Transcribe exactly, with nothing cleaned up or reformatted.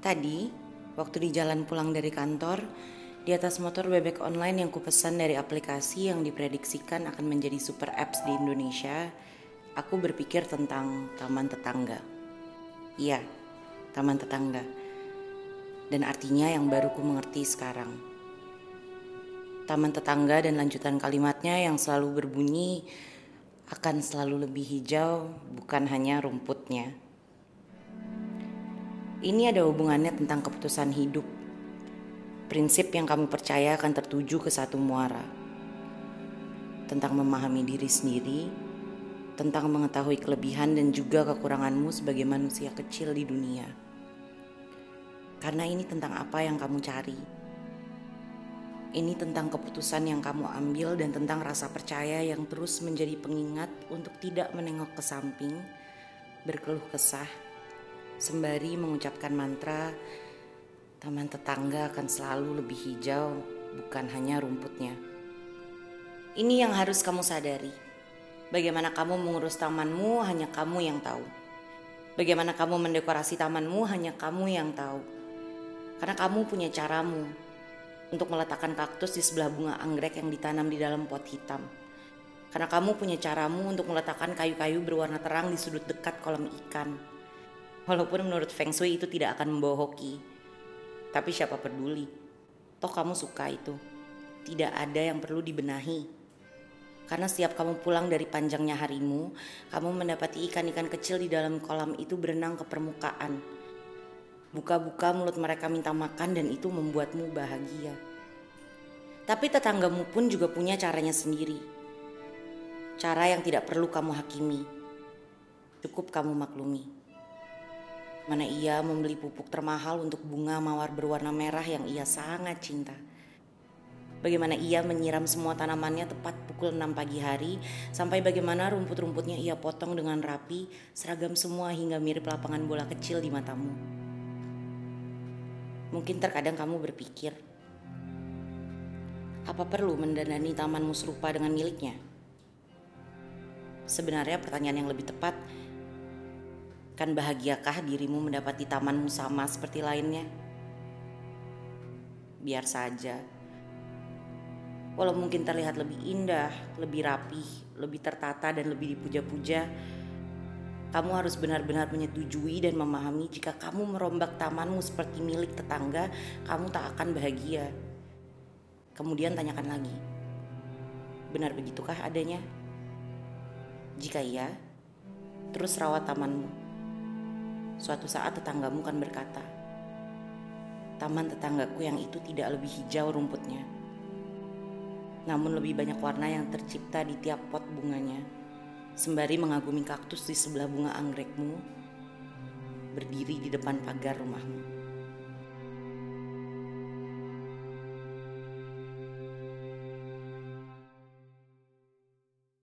Tadi, waktu di jalan pulang dari kantor, di atas motor bebek online yang kupesan dari aplikasi yang diprediksikan akan menjadi super apps di Indonesia, aku berpikir tentang taman tetangga. Iya, taman tetangga. Dan artinya yang baru ku mengerti sekarang. Taman tetangga dan lanjutan kalimatnya yang selalu berbunyi akan selalu lebih hijau, bukan hanya rumputnya. Ini ada hubungannya tentang keputusan hidup. Prinsip yang kamu percaya akan tertuju ke satu muara. Tentang memahami diri sendiri, tentang mengetahui kelebihan dan juga kekuranganmu sebagai manusia kecil di dunia. Karena ini tentang apa yang kamu cari. Ini tentang keputusan yang kamu ambil dan tentang rasa percaya yang terus menjadi pengingat untuk tidak menengok ke samping, berkeluh kesah, sembari mengucapkan mantra, taman tetangga akan selalu lebih hijau, bukan hanya rumputnya. Ini yang harus kamu sadari. Bagaimana kamu mengurus tamanmu hanya kamu yang tahu. Bagaimana kamu mendekorasi tamanmu hanya kamu yang tahu. Karena kamu punya caramu untuk meletakkan kaktus di sebelah bunga anggrek yang ditanam di dalam pot hitam. Karena kamu punya caramu untuk meletakkan kayu-kayu berwarna terang di sudut dekat kolam ikan. Walaupun menurut Feng Shui itu tidak akan membawa hoki. Tapi siapa peduli? Toh kamu suka itu. Tidak ada yang perlu dibenahi. Karena setiap kamu pulang dari panjangnya harimu, kamu mendapati ikan-ikan kecil di dalam kolam itu berenang ke permukaan. Buka-buka mulut mereka minta makan dan itu membuatmu bahagia. Tapi tetanggamu pun juga punya caranya sendiri. Cara yang tidak perlu kamu hakimi. Cukup kamu maklumi. Mana ia membeli pupuk termahal untuk bunga mawar berwarna merah yang ia sangat cinta. Bagaimana ia menyiram semua tanamannya tepat pukul enam pagi hari, sampai bagaimana rumput-rumputnya ia potong dengan rapi, seragam semua hingga mirip lapangan bola kecil di matamu. Mungkin terkadang kamu berpikir, apa perlu mendandani tamanmu serupa dengan miliknya? Sebenarnya pertanyaan yang lebih tepat, kan bahagiakah dirimu mendapati tamanmu sama seperti lainnya? Biar saja. Walau mungkin terlihat lebih indah, lebih rapih, lebih tertata dan lebih dipuja-puja, kamu harus benar-benar menyetujui dan memahami jika kamu merombak tamanmu seperti milik tetangga, kamu tak akan bahagia. Kemudian tanyakan lagi, benar begitukah adanya? Jika iya, terus rawat tamanmu. Suatu saat tetanggamu kan berkata, taman tetanggaku yang itu tidak lebih hijau rumputnya, namun lebih banyak warna yang tercipta di tiap pot bunganya. Sembari mengagumi kaktus di sebelah bunga anggrekmu, berdiri di depan pagar rumahmu.